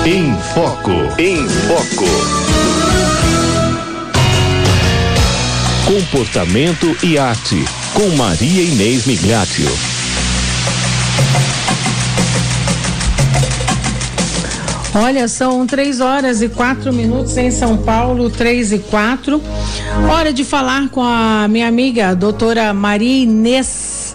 Em Foco. Em Foco. Comportamento e arte, com Maria Inês Migliaccio. Olha, são 3h04 em São Paulo, 3h04. Hora de falar com a minha amiga, doutora Maria Inês,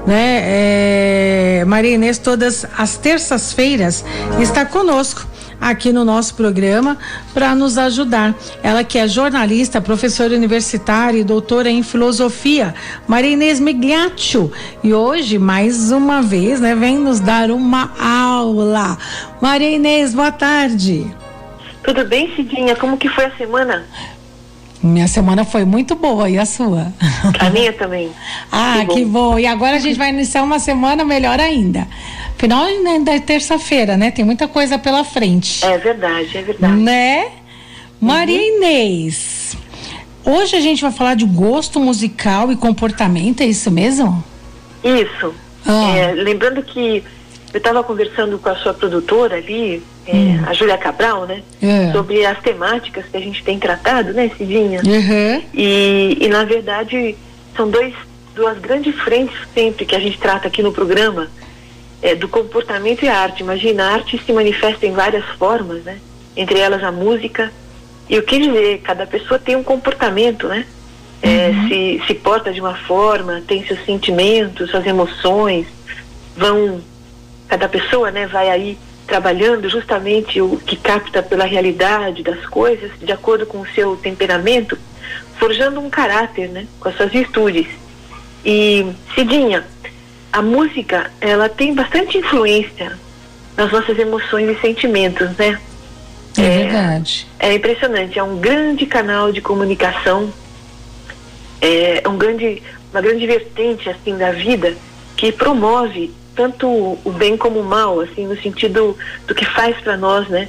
né? Maria Inês, todas as terças-feiras, está conosco aqui no nosso programa para nos ajudar. Ela que é jornalista, professora universitária e doutora em filosofia, Maria Inês Migliaccio, e hoje, mais uma vez, né, vem nos dar uma aula. Maria Inês, boa tarde. Tudo bem, Cidinha? Como que foi a semana? Minha semana foi muito boa, e a sua? A minha também. Que bom. E agora a gente vai iniciar uma semana melhor ainda. Final, né, da terça-feira, né? Tem muita coisa pela frente. É verdade, é verdade. Né? Maria Inês, hoje a gente vai falar de gosto musical e comportamento, é isso mesmo? Isso. Lembrando que eu estava conversando com a sua produtora ali, a Júlia Cabral, né? Sobre as temáticas que a gente tem tratado, né, Cidinha? E na verdade, são duas grandes frentes sempre que a gente trata aqui no programa, do comportamento e a arte. Imagina, a arte se manifesta em várias formas, né? Entre elas a música. E o que dizer, cada pessoa tem um comportamento, né? Se porta de uma forma, tem seus sentimentos, suas emoções, cada pessoa, né, vai aí trabalhando justamente o que capta pela realidade das coisas, de acordo com o seu temperamento, forjando um caráter, né, com as suas virtudes. E, Cidinha, a música, ela tem bastante influência nas nossas emoções e sentimentos, né? É verdade. É impressionante, é um grande canal de comunicação, uma grande vertente, assim, da vida, que promove tanto o bem como o mal, assim, no sentido do que faz para nós, né?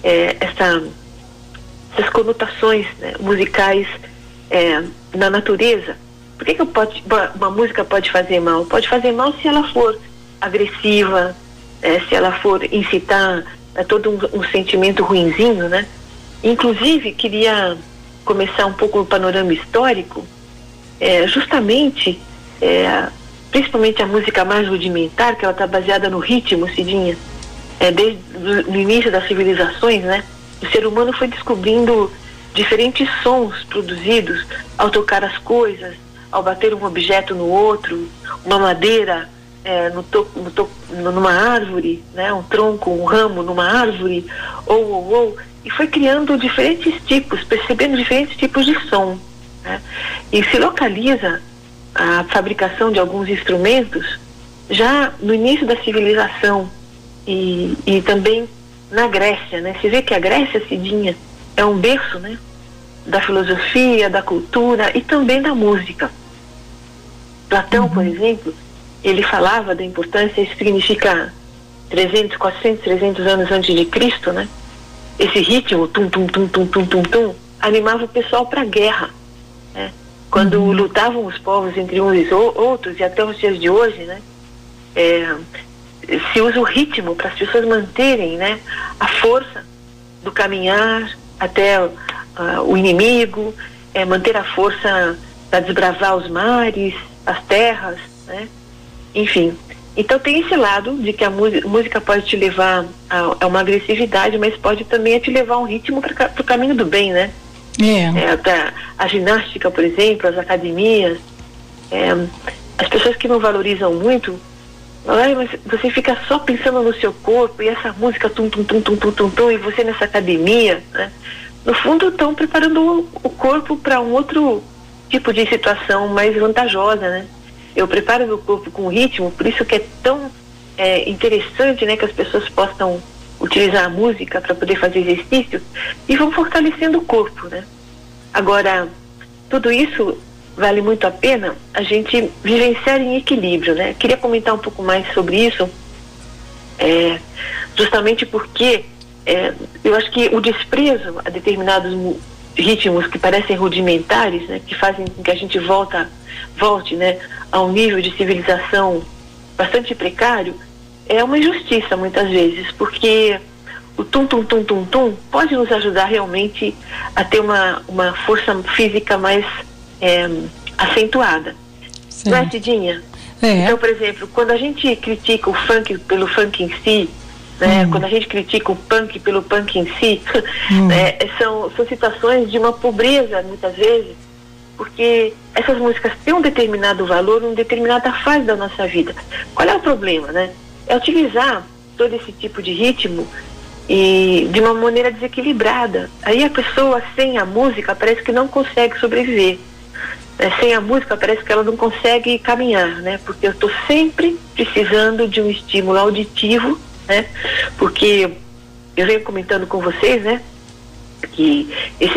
Essas conotações, né, musicais na natureza. Por que uma música pode fazer mal? Pode fazer mal se ela for agressiva, se ela for incitar todo um sentimento ruinzinho, né? Inclusive, queria começar um pouco o panorama histórico, justamente, principalmente a música mais rudimentar, que ela está baseada no ritmo, Cidinha, desde o início das civilizações, né? O ser humano foi descobrindo diferentes sons produzidos ao tocar as coisas, ao bater um objeto no outro, uma madeira numa árvore, né? Um tronco, um ramo numa árvore, e foi criando diferentes tipos, percebendo diferentes tipos de som, né? E se localiza a fabricação de alguns instrumentos já no início da civilização e também na Grécia, né? Se vê que a Grécia, Cidinha, é um berço, né, da filosofia, da cultura e também da música. Platão, por exemplo, ele falava da importância, isso significa 300, 400, 300 anos antes de Cristo, né? Esse ritmo, tum, tum, tum, tum, tum, tum, tum, animava o pessoal para a guerra, né? Quando lutavam os povos entre uns e outros, e até os dias de hoje, né? Se usa o ritmo para as pessoas manterem, né, a força do caminhar até o inimigo, manter a força para desbravar os mares, as terras, né? Enfim, então tem esse lado de que a música pode te levar a uma agressividade, mas pode também te levar a um ritmo para o caminho do bem, né? A ginástica, por exemplo, as academias, as pessoas que não valorizam muito, mas você fica só pensando no seu corpo e essa música tum, tum, tum, tum, tum, tum, tum, e você nessa academia, né? No fundo estão preparando o corpo para um outro tipo de situação mais vantajosa, né? Eu preparo meu corpo com ritmo, por isso que é tão interessante, né, que as pessoas possam utilizar a música para poder fazer exercício e vão fortalecendo o corpo, né? Agora, tudo isso vale muito a pena a gente vivenciar em equilíbrio, né? Queria comentar um pouco mais sobre isso, justamente porque eu acho que o desprezo a determinados ritmos que parecem rudimentares, né, que fazem com que a gente volte, né, a um nível de civilização bastante precário, é uma injustiça muitas vezes, porque o tum-tum-tum-tum-tum pode nos ajudar realmente a ter uma força física mais acentuada. Sim. Não é, Cidinha? Então, por exemplo, quando a gente critica o funk pelo funk em si, né, quando a gente critica o punk pelo punk em si, são situações de uma pobreza, muitas vezes, porque essas músicas têm um determinado valor, uma determinada fase da nossa vida. Qual é o problema, né? É utilizar todo esse tipo de ritmo e de uma maneira desequilibrada. Aí a pessoa sem a música parece que não consegue sobreviver. Sem a música parece que ela não consegue caminhar, né? Porque eu estou sempre precisando de um estímulo auditivo, né? Porque eu venho comentando com vocês, né? Que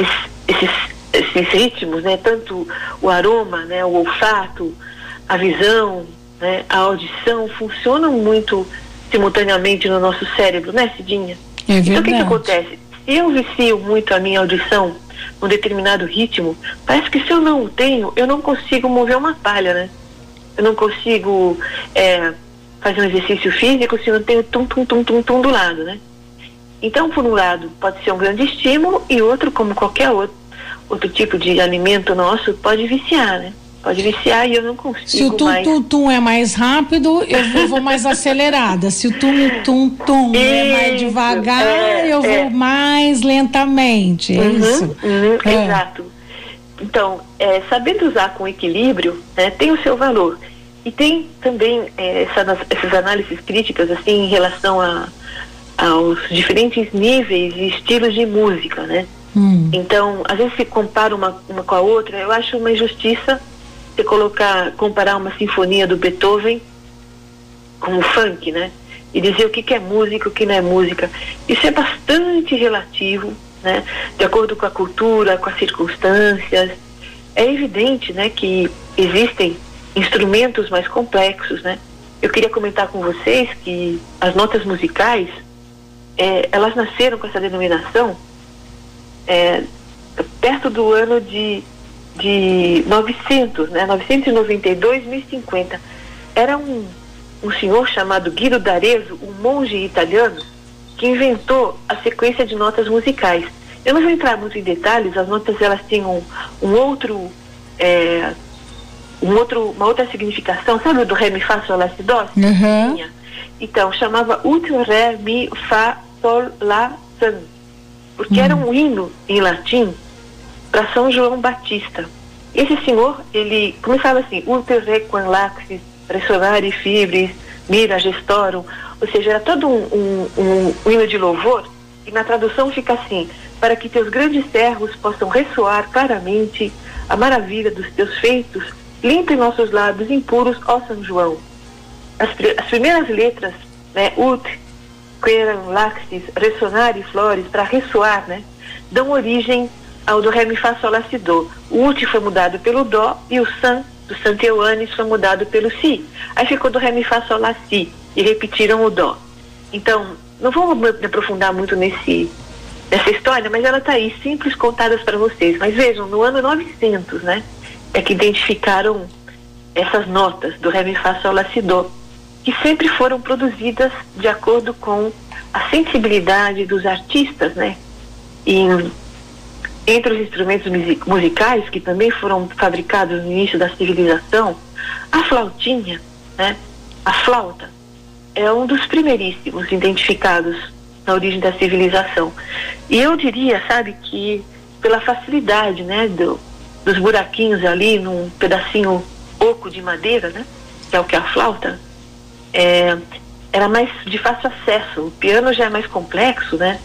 esses ritmos, né? Tanto o aroma, né? O olfato, a visão, né? A audição funcionam muito simultaneamente no nosso cérebro, né, Cidinha? É verdade. Então o que acontece? Se eu vicio muito a minha audição num determinado ritmo, parece que se eu não o tenho, eu não consigo mover uma palha, né? Eu não consigo fazer um exercício físico se eu não tenho tum-tum-tum-tum-tum do lado, né? Então, por um lado, pode ser um grande estímulo e outro, como qualquer outro tipo de alimento nosso, pode viciar, né? Pode viciar e eu não consigo mais. Se o tum-tum-tum é mais rápido, eu vou mais acelerada. Se o tum-tum-tum é mais devagar, eu vou mais lentamente. É isso? Exato. Então, sabendo usar com equilíbrio, né, tem o seu valor. E tem também essas análises críticas assim, em relação aos diferentes níveis e estilos de música, né? Então, às vezes se compara uma com a outra, eu acho uma injustiça você comparar uma sinfonia do Beethoven com o funk, né? E dizer o que é música, o que não é música. Isso é bastante relativo, né? De acordo com a cultura, com as circunstâncias. É evidente, né, que existem instrumentos mais complexos, né? Eu queria comentar com vocês que as notas musicais, elas nasceram com essa denominação perto do ano de 900, né? 992, 1050. Era um senhor chamado Guido d'Arezzo, um monge italiano, que inventou a sequência de notas musicais. Eu não vou entrar muito em detalhes, as notas elas tinham uma outra significação, sabe o do Ré, Mi, Fá, Sol, Lá, Si, Dó? Então, chamava Ut, Ré, Mi, Fá, Sol, Lá, San, porque era um hino em latim para São João Batista. Esse senhor, ele começava assim, Ut, Ré, Quan, Laxis, Ressonare, Fibris, Mira, Gestorum, ou seja, era todo um hino de louvor, e na tradução fica assim: para que teus grandes servos possam ressoar claramente a maravilha dos teus feitos, limpe nossos lábios impuros, ó São João. As primeiras letras, né, Ut, Queram, Laxis, Ressonare, Flores, para ressoar, né, dão origem ao do Ré, Mi, Fá, Sol, Lá, Si, Dó. O Ut foi mudado pelo Dó e o San, do Santo Ioannis, foi mudado pelo Si. Aí ficou do Ré, Mi, Fá, Sol, Lá, Si, e repetiram o Dó. Então, não vamos me aprofundar muito nessa história, mas ela está aí, simples, contadas para vocês. Mas vejam, no ano 900, né, é que identificaram essas notas do Ré, Mi, Fá, Sol, Lá, Si, Dó, que sempre foram produzidas de acordo com a sensibilidade dos artistas, né? E entre os instrumentos musicais que também foram fabricados no início da civilização, a flautinha, né? A flauta é um dos primeiríssimos identificados na origem da civilização. E eu diria, sabe, que pela facilidade, né, dos buraquinhos ali num pedacinho oco de madeira, né, que é o que é a flauta, era mais de fácil acesso. O piano já é mais complexo, né?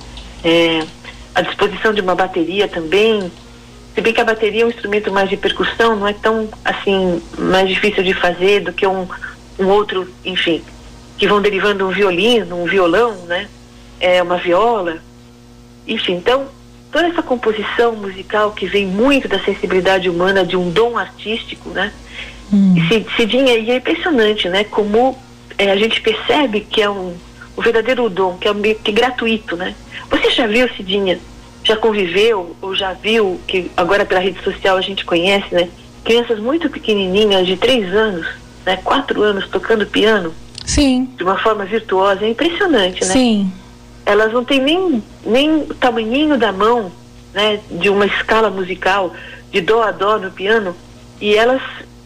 A disposição de uma bateria também, se bem que a bateria é um instrumento mais de percussão, não é tão assim mais difícil de fazer do que um outro, enfim, que vão derivando um violino, um violão, né? Uma viola, enfim. Então, toda essa composição musical que vem muito da sensibilidade humana, de um dom artístico, né? Cidinha, e é impressionante, né? Como a gente percebe que é um verdadeiro dom, que é meio que gratuito, né? Você já viu, Cidinha, já conviveu ou já viu, que agora pela rede social a gente conhece, né? Crianças muito pequenininhas, de 3 anos, né? 4 anos, tocando piano? Sim. De uma forma virtuosa, é impressionante, né? Sim. elas não têm nem o tamanhinho da mão, né, de uma escala musical, de dó a dó no piano, e elas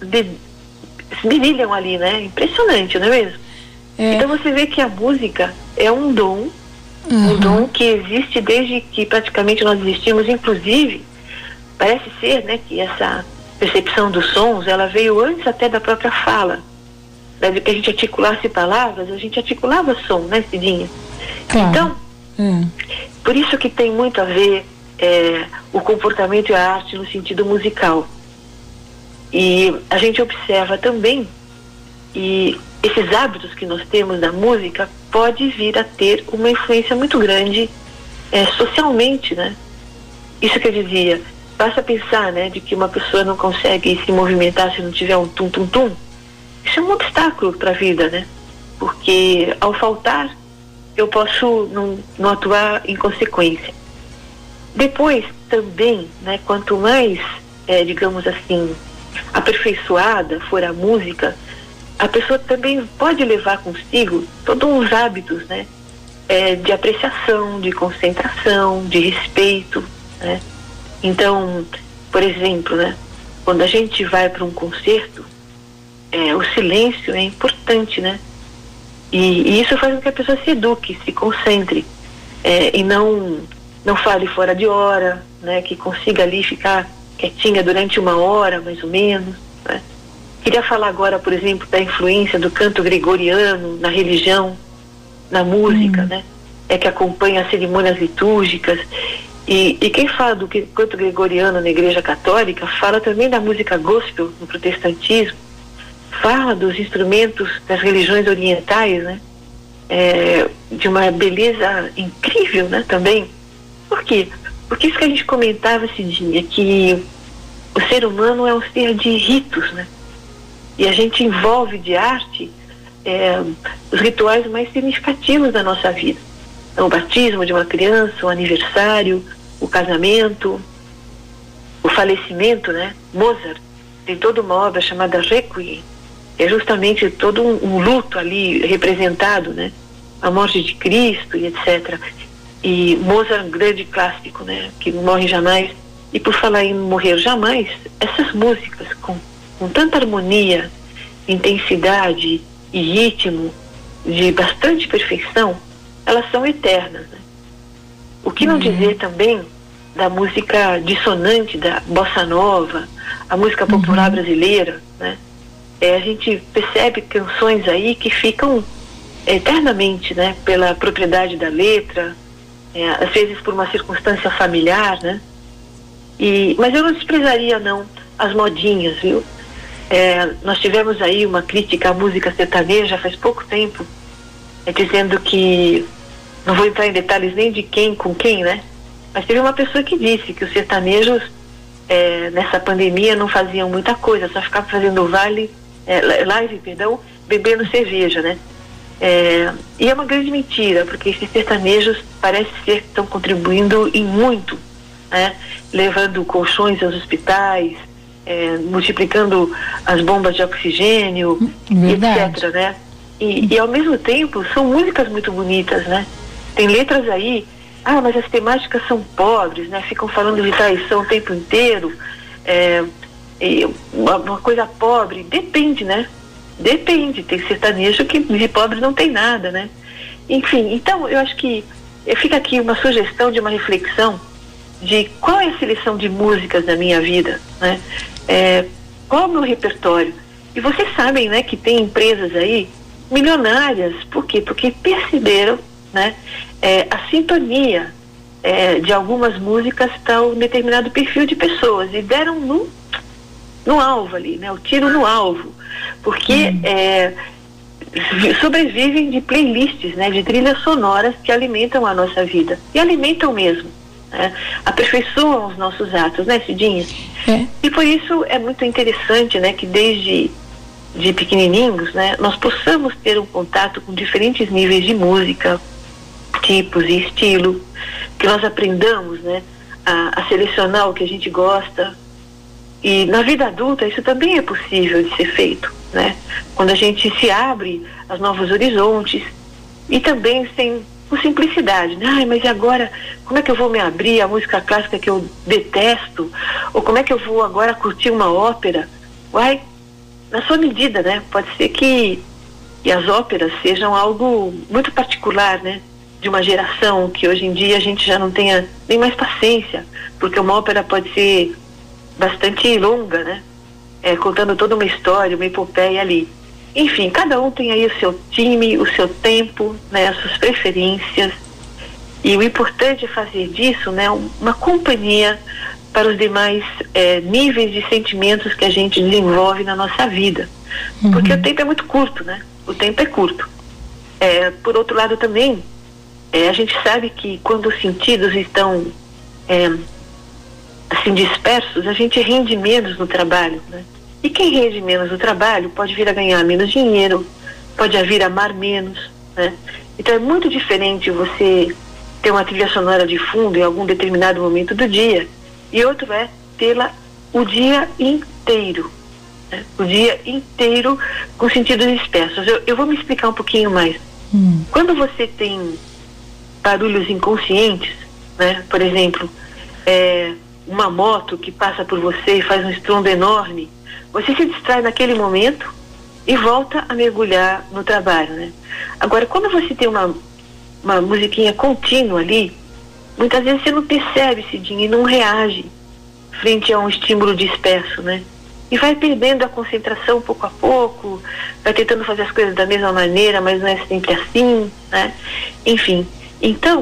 se brilham ali, né? Impressionante, não é mesmo? Então você vê que a música é um dom, um dom que existe desde que praticamente nós existimos, inclusive, parece ser, né, que essa percepção dos sons, ela veio antes até da própria fala, né, de que a gente articulasse palavras, a gente articulava som, né, Cidinha? Claro. Então, por isso que tem muito a ver o comportamento e a arte no sentido musical. E a gente observa também que esses hábitos que nós temos da música pode vir a ter uma influência muito grande socialmente, né? Isso que eu dizia, basta pensar, né, de que uma pessoa não consegue se movimentar se não tiver um tum-tum-tum. Isso é um obstáculo para a vida, né? Porque ao faltar, eu posso não atuar em consequência. Depois, também, né, quanto mais, digamos assim, aperfeiçoada for a música, a pessoa também pode levar consigo todos os hábitos, né, de apreciação, de concentração, de respeito, né? Então, por exemplo, né, quando a gente vai para um concerto, o silêncio é importante, né? E isso faz com que a pessoa se eduque, se concentre, e não fale fora de hora, né? Que consiga ali ficar quietinha durante 1 hora, mais ou menos, né? Queria falar agora, por exemplo, da influência do canto gregoriano na religião, na música, né? Que acompanha as cerimônias litúrgicas. E quem fala do canto gregoriano na Igreja Católica fala também da música gospel no protestantismo, fala dos instrumentos das religiões orientais, né? De uma beleza incrível, né? Também. Por quê? Porque isso que a gente comentava, Cidinha, que o ser humano é um ser de ritos, né? E a gente envolve de arte os rituais mais significativos da nossa vida. Então, o batismo de uma criança, o aniversário, o casamento, o falecimento, né? Mozart tem toda uma obra chamada Requiem, que é justamente todo um luto ali representado, né? A morte de Cristo e etc. E Mozart, um grande clássico, né? Que não morre jamais. E por falar em morrer jamais, essas músicas com tanta harmonia, intensidade e ritmo de bastante perfeição, elas são eternas, né? O que não dizer também da música dissonante, da bossa nova, a música popular brasileira, né? A gente percebe canções aí que ficam eternamente, né? Pela propriedade da letra, às vezes por uma circunstância familiar, né? Mas eu não desprezaria, não, as modinhas, viu? Nós tivemos aí uma crítica à música sertaneja faz pouco tempo, dizendo que, não vou entrar em detalhes nem de quem com quem, né? Mas teve uma pessoa que disse que os sertanejos nessa pandemia não faziam muita coisa, só ficavam fazendo live, bebendo cerveja, né? E é uma grande mentira, porque esses sertanejos parece ser que estão contribuindo em muito, né? Levando colchões aos hospitais, multiplicando as bombas de oxigênio, etc, né? E ao mesmo tempo são músicas muito bonitas, né? Tem letras aí, mas as temáticas são pobres, né? Ficam falando de traição o tempo inteiro, uma coisa pobre. Depende, né? Depende, tem sertanejo que de pobre não tem nada, né? Enfim, então eu acho que fica aqui uma sugestão de uma reflexão de qual é a seleção de músicas da minha vida, né? Qual é o meu repertório? E vocês sabem, né, que tem empresas aí milionárias, por quê? Porque perceberam, né, a sintonia de algumas músicas para um determinado perfil de pessoas e deram no alvo ali, né, o tiro no alvo, porque sobrevivem de playlists, né, de trilhas sonoras que alimentam a nossa vida, e alimentam mesmo, né, aperfeiçoam os nossos atos, né, Cidinha? E por isso é muito interessante, né, que desde de pequenininhos, né, nós possamos ter um contato com diferentes níveis de música, tipos e estilo, que nós aprendamos, né, a selecionar o que a gente gosta. E na vida adulta isso também é possível de ser feito, né? Quando a gente se abre aos novos horizontes e também sem com simplicidade, né? Ai, mas e agora, como é que eu vou me abrir à música clássica que eu detesto? Ou como é que eu vou agora curtir uma ópera? Uai, na sua medida, né? Pode ser que as óperas sejam algo muito particular, né? De uma geração que hoje em dia a gente já não tenha nem mais paciência, porque uma ópera pode ser bastante longa, né? Contando toda uma história, uma epopeia ali. Enfim, cada um tem aí o seu time, o seu tempo, né, as suas preferências. E o importante é fazer disso, né, uma companhia para os demais níveis de sentimentos que a gente desenvolve na nossa vida. Porque o tempo é muito curto, né? O tempo é curto. Por outro lado também, a gente sabe que quando os sentidos estão assim dispersos, a gente rende menos no trabalho, né? E quem rende menos no trabalho pode vir a ganhar menos dinheiro, pode vir a amar menos, né? Então é muito diferente você ter uma trilha sonora de fundo em algum determinado momento do dia, e outro é tê-la o dia inteiro, né? O dia inteiro com sentidos dispersos. Eu vou me explicar um pouquinho mais. Quando você tem barulhos inconscientes, né? Por exemplo, uma moto que passa por você e faz um estrondo enorme, você se distrai naquele momento e volta a mergulhar no trabalho, né? Agora, quando você tem uma musiquinha contínua ali, muitas vezes você não percebe, Cidinha, e não reage frente a um estímulo disperso, né? E vai perdendo a concentração pouco a pouco, vai tentando fazer as coisas da mesma maneira, mas não é sempre assim, né? Enfim, então,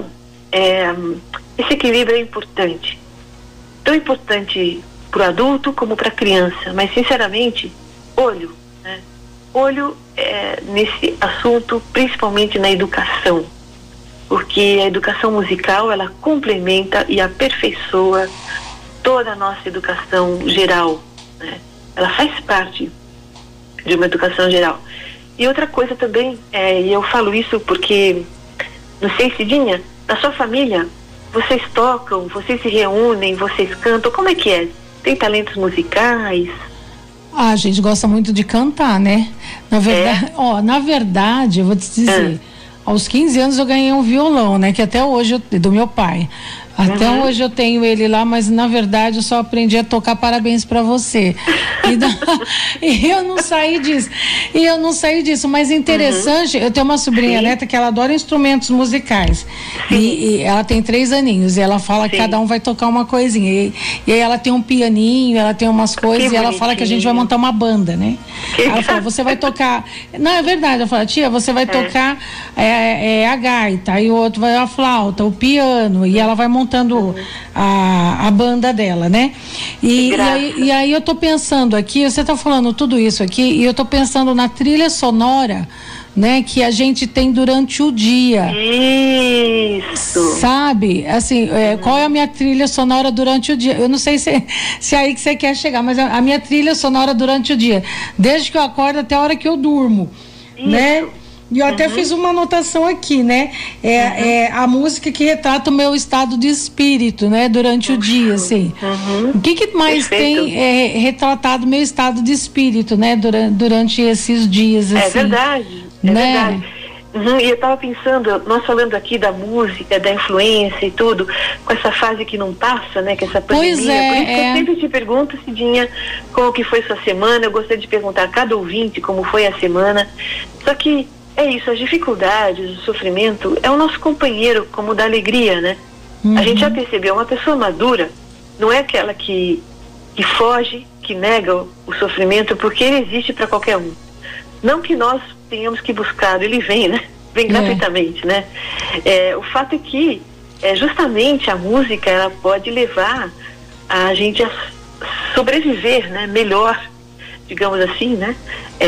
esse equilíbrio é importante. Tão importante para o adulto como para a criança, mas sinceramente, olho, né? Olho nesse assunto, principalmente na educação, porque a educação musical, ela complementa e aperfeiçoa toda a nossa educação geral, né? Ela faz parte de uma educação geral. E outra coisa também, e eu falo isso porque, não sei, Cidinha, na sua família, vocês tocam, vocês se reúnem, vocês cantam, como é que é? Tem talentos musicais? A gente gosta muito de cantar, né? Na verdade, eu vou te dizer, aos 15 anos eu ganhei um violão, né? Que até hoje, do meu pai. Até hoje eu tenho ele lá, mas na verdade eu só aprendi a tocar Parabéns pra Você. E eu não saí disso. Mas interessante, eu tenho uma sobrinha neta que ela adora instrumentos musicais. E ela tem 3 aninhos. E ela fala que cada um vai tocar uma coisinha. E aí ela tem um pianinho, ela tem umas coisas, e ela fala que a gente vai montar uma banda, né? Ela fala, você vai tocar. Não, é verdade. Ela fala, tia, você vai tocar a gaita, e o outro vai a flauta, o piano, e ela vai montando a banda dela, né? E aí eu tô pensando aqui, você tá falando tudo isso aqui, e eu tô pensando na trilha sonora, né, que a gente tem durante o dia. Isso. Sabe? Assim, qual é a minha trilha sonora durante o dia? Eu não sei se é aí que você quer chegar, mas a minha trilha sonora durante o dia, desde que eu acordo até a hora que eu durmo, né? E eu até fiz uma anotação aqui, né? A música que retrata o meu estado de espírito, né? Durante o dia, assim. O que mais tem retratado o meu estado de espírito, né? Durante esses dias, assim. É verdade, verdade. E eu estava pensando, nós falando aqui da música, da influência e tudo, com essa fase que não passa, né? Que essa pandemia. Por isso que eu sempre te pergunto, Cidinha, como que foi sua semana. Eu gostaria de perguntar a cada ouvinte como foi a semana. Só que é isso, as dificuldades, o sofrimento é o nosso companheiro, como o da alegria, né? A gente já percebeu, uma pessoa madura não é aquela que foge, que nega o sofrimento, porque ele existe para qualquer um. Não que nós tenhamos que buscar, ele vem, né? Vem gratuitamente, né? O fato é que justamente a música, ela pode levar a gente a sobreviver, né? Melhor, digamos assim, né?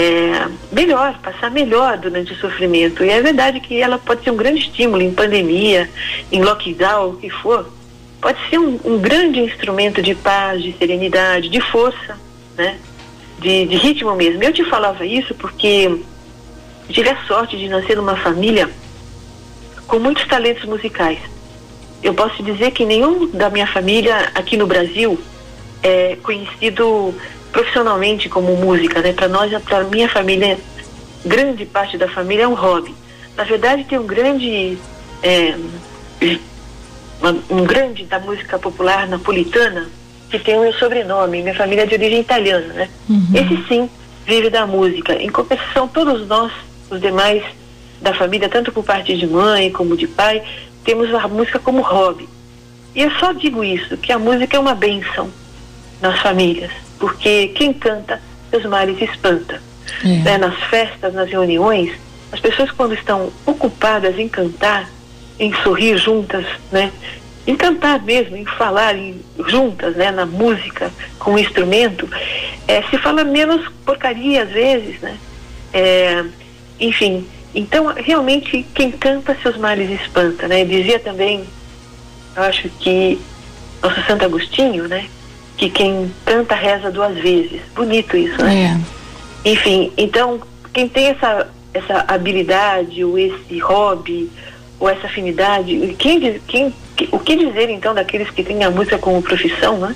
Passar melhor durante o sofrimento. E é verdade que ela pode ser um grande estímulo em pandemia, em lockdown, o que for. Pode ser um grande instrumento de paz, de serenidade, de força, né? De ritmo mesmo. Eu te falava isso porque tive a sorte de nascer numa família com muitos talentos musicais. Eu posso dizer que nenhum da minha família aqui no Brasil é conhecido profissionalmente como música, né? Para nós, para minha família, grande parte da família é um hobby. Na verdade, tem um grande um grande da música popular napolitana, que tem o meu sobrenome, minha família é de origem italiana, né? Esse sim vive da música. Em compensação, todos nós, os demais da família, tanto por parte de mãe como de pai, temos a música como hobby. E eu só digo isso, que a música é uma bênção nas famílias, porque quem canta, seus males espanta. Né? Nas festas, nas reuniões, as pessoas, quando estão ocupadas em cantar, em sorrir juntas, né? Em cantar mesmo, em falar juntas, né? Na música, com o instrumento, se fala menos porcaria às vezes, né? Enfim, então realmente quem canta, seus males espanta, né? Dizia também, eu acho que nosso Santo Agostinho, né? Que quem canta reza 2 vezes. Bonito isso, né? Enfim, então quem tem essa habilidade ou esse hobby ou essa afinidade, o que dizer então daqueles que têm a música como profissão, né?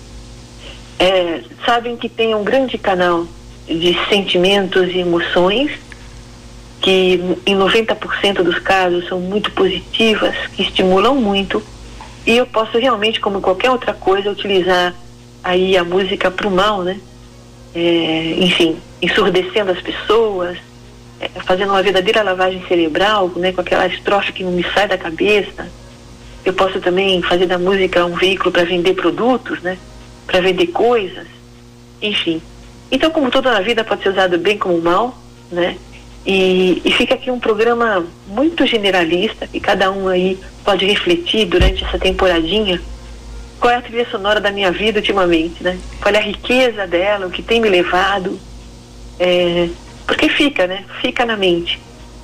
Sabem que tem um grande canal de sentimentos e emoções que em 90% dos casos são muito positivas, que estimulam muito, e eu posso realmente, como qualquer outra coisa, utilizar aí a música para o mal, né? Enfim, ensurdecendo as pessoas, fazendo uma verdadeira lavagem cerebral, né, com aquela estrofe que não me sai da cabeça. Eu posso também fazer da música um veículo para vender produtos, né, para vender coisas, enfim. Então, como toda na vida, pode ser usado bem como mal, né, e fica aqui um programa muito generalista, que cada um aí pode refletir durante essa temporadinha, qual é a trilha sonora da minha vida ultimamente, né, qual é a riqueza dela, o que tem me levado, porque fica, né? Fica na mente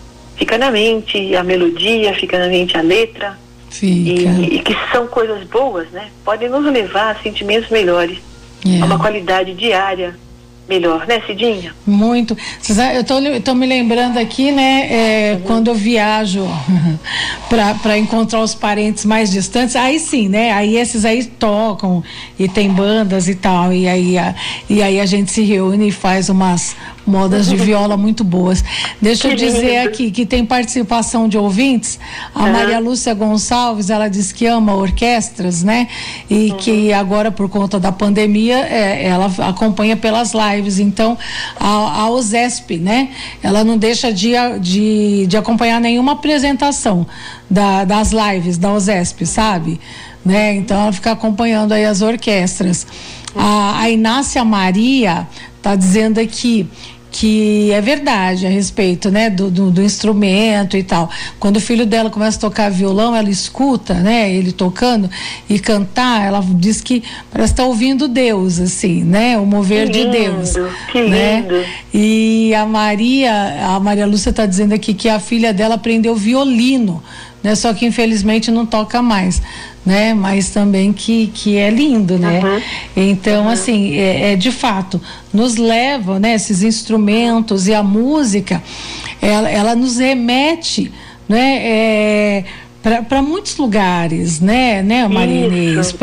a melodia, fica na mente a letra, e que são coisas boas, né? Podem nos levar a sentimentos melhores, a uma qualidade diária melhor, né, Cidinha? Muito. Eu tô me lembrando aqui, né, quando eu viajo para encontrar os parentes mais distantes, aí sim, né, aí esses aí tocam e tem bandas e tal, e aí a gente se reúne e faz umas modas de viola muito boas. Deixa eu dizer aqui que tem participação de ouvintes. A Maria Lúcia Gonçalves, ela diz que ama orquestras, né, e que agora, por conta da pandemia, ela acompanha pelas lives. Então a OSESP, né, ela não deixa de acompanhar nenhuma apresentação das lives da OSESP, sabe, né? Então ela fica acompanhando aí as orquestras. A Inácia Maria tá dizendo aqui que é verdade a respeito, né, do instrumento e tal. Quando o filho dela começa a tocar violão, ela escuta, né, ele tocando e cantar, ela diz que parece estar ouvindo Deus, assim, né, o mover de Deus, né? Lindo. E a Maria Lúcia está dizendo aqui que a filha dela aprendeu violino, né, só que infelizmente não toca mais, né, mas também que é lindo, né? Então, assim, de fato, nos leva, né, esses instrumentos e a música, ela nos remete, né, para muitos lugares, né, Maria Inês?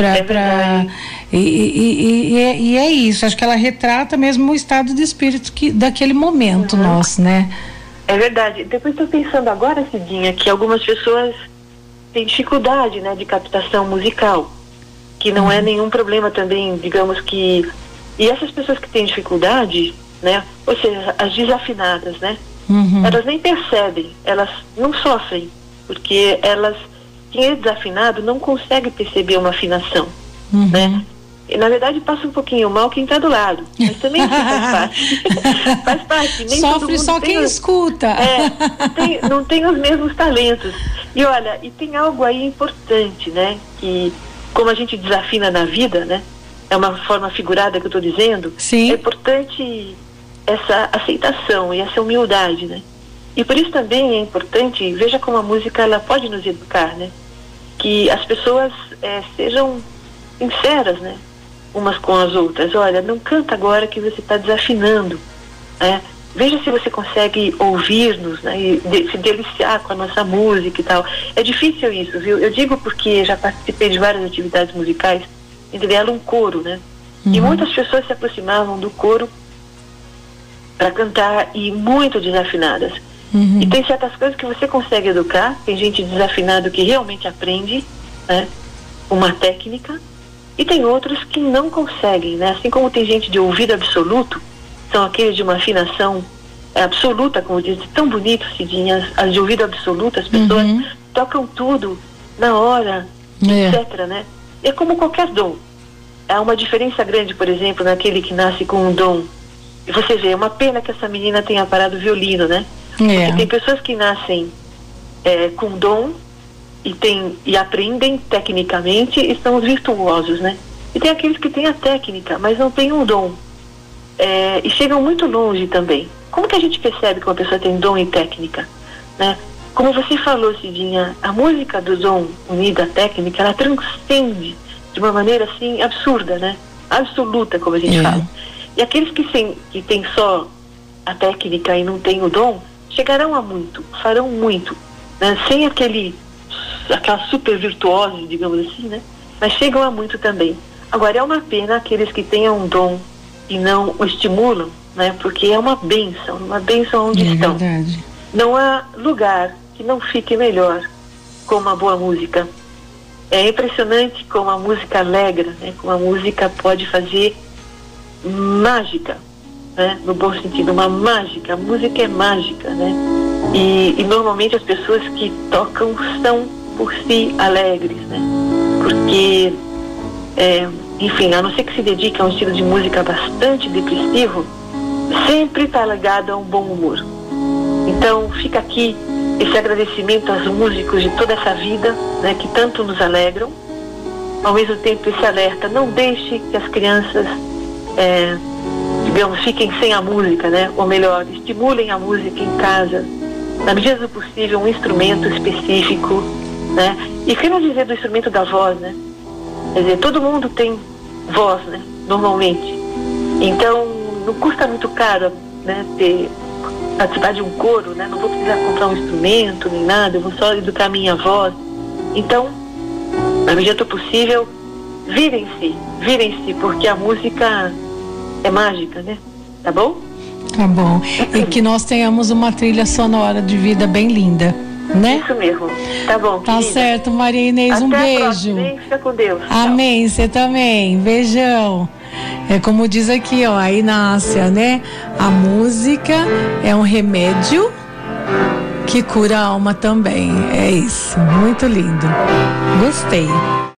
E é isso, acho que ela retrata mesmo o estado de espírito daquele momento nosso, né? É verdade. Depois estou pensando agora, Cidinha, que algumas pessoas têm dificuldade, né, de captação musical, que não é nenhum problema também, digamos que... E essas pessoas que têm dificuldade, né, ou seja, as desafinadas, né, elas nem percebem, elas não sofrem, porque quem é desafinado não consegue perceber uma afinação, né? E, na verdade, passa um pouquinho mal quem está do lado, mas também faz parte. Faz parte. Nem sofre só quem escuta. Não tem os mesmos talentos. E olha, e tem algo aí importante, né? Que, como a gente desafina na vida, né? É uma forma figurada que eu estou dizendo. Sim. É importante essa aceitação e essa humildade, né? E por isso também é importante, veja como a música ela pode nos educar, né? Que as pessoas sejam sinceras, né? Umas com as outras. Olha, não canta agora que você está desafinando, né? Veja se você consegue ouvir-nos, né? E se deliciar com a nossa música e tal. É difícil isso, viu? Eu digo porque já participei de várias atividades musicais, entre elas um coro, né? E muitas pessoas se aproximavam do coro para cantar e muito desafinadas. E tem certas coisas que você consegue educar, tem gente desafinada que realmente aprende, né, uma técnica, e tem outros que não conseguem, né? Assim como tem gente de ouvido absoluto, são aqueles de uma afinação absoluta, como diz, tão bonito, Cidinha, as de ouvido absoluto, as pessoas tocam tudo na hora, etc, né? É como qualquer dom. Há uma diferença grande, por exemplo, naquele que nasce com um dom. E você vê, é uma pena que essa menina tenha parado o violino, né? Porque tem pessoas que nascem com dom e aprendem tecnicamente e são os virtuosos, né? E tem aqueles que têm a técnica, mas não têm um dom. E chegam muito longe também. Como que a gente percebe que uma pessoa tem dom e técnica, né? Como você falou, Cidinha, a música do dom unida à técnica, ela transcende de uma maneira assim absurda, né? Absoluta, como a gente fala. E aqueles que têm só a técnica e não têm o dom, chegarão a muito, farão muito, né? Sem aquela super virtuose, digamos assim, né? Mas chegam a muito também. Agora, é uma pena aqueles que tenham um dom e não o estimulam, né? Porque é uma bênção onde estão. Verdade. Não há lugar que não fique melhor com uma boa música. É impressionante como a música alegra, né? Como a música pode fazer mágica, né? No bom sentido, uma mágica. A música é mágica, né? E normalmente as pessoas que tocam são por si alegres, né? Porque, enfim, a não ser que se dedique a um estilo de música bastante depressivo, sempre está ligado a um bom humor. Então fica aqui esse agradecimento aos músicos de toda essa vida, né, que tanto nos alegram. Ao mesmo tempo, esse alerta: não deixe que as crianças digamos, fiquem sem a música, né? Ou melhor, estimulem a música em casa, na medida do possível, um instrumento específico, né? E que não dizer do instrumento da voz, né? Quer dizer, todo mundo tem voz, né? Normalmente. Então, não custa muito caro, né? Participar de um coro, né? Não vou precisar comprar um instrumento, nem nada, eu vou só educar a minha voz. Então, na medida do possível, virem-se, porque a música é mágica, né? Tá bom? Tá bom. E que nós tenhamos uma trilha sonora de vida bem linda, né? Isso mesmo. Tá bom, Tá querida. certo, Maria Inês. Até um a beijo. próxima, hein? Fica com Deus. Amém. Você também. Beijão. É como diz aqui, ó, a Inácia, né? A música é um remédio que cura a alma também. É isso. Muito lindo. Gostei.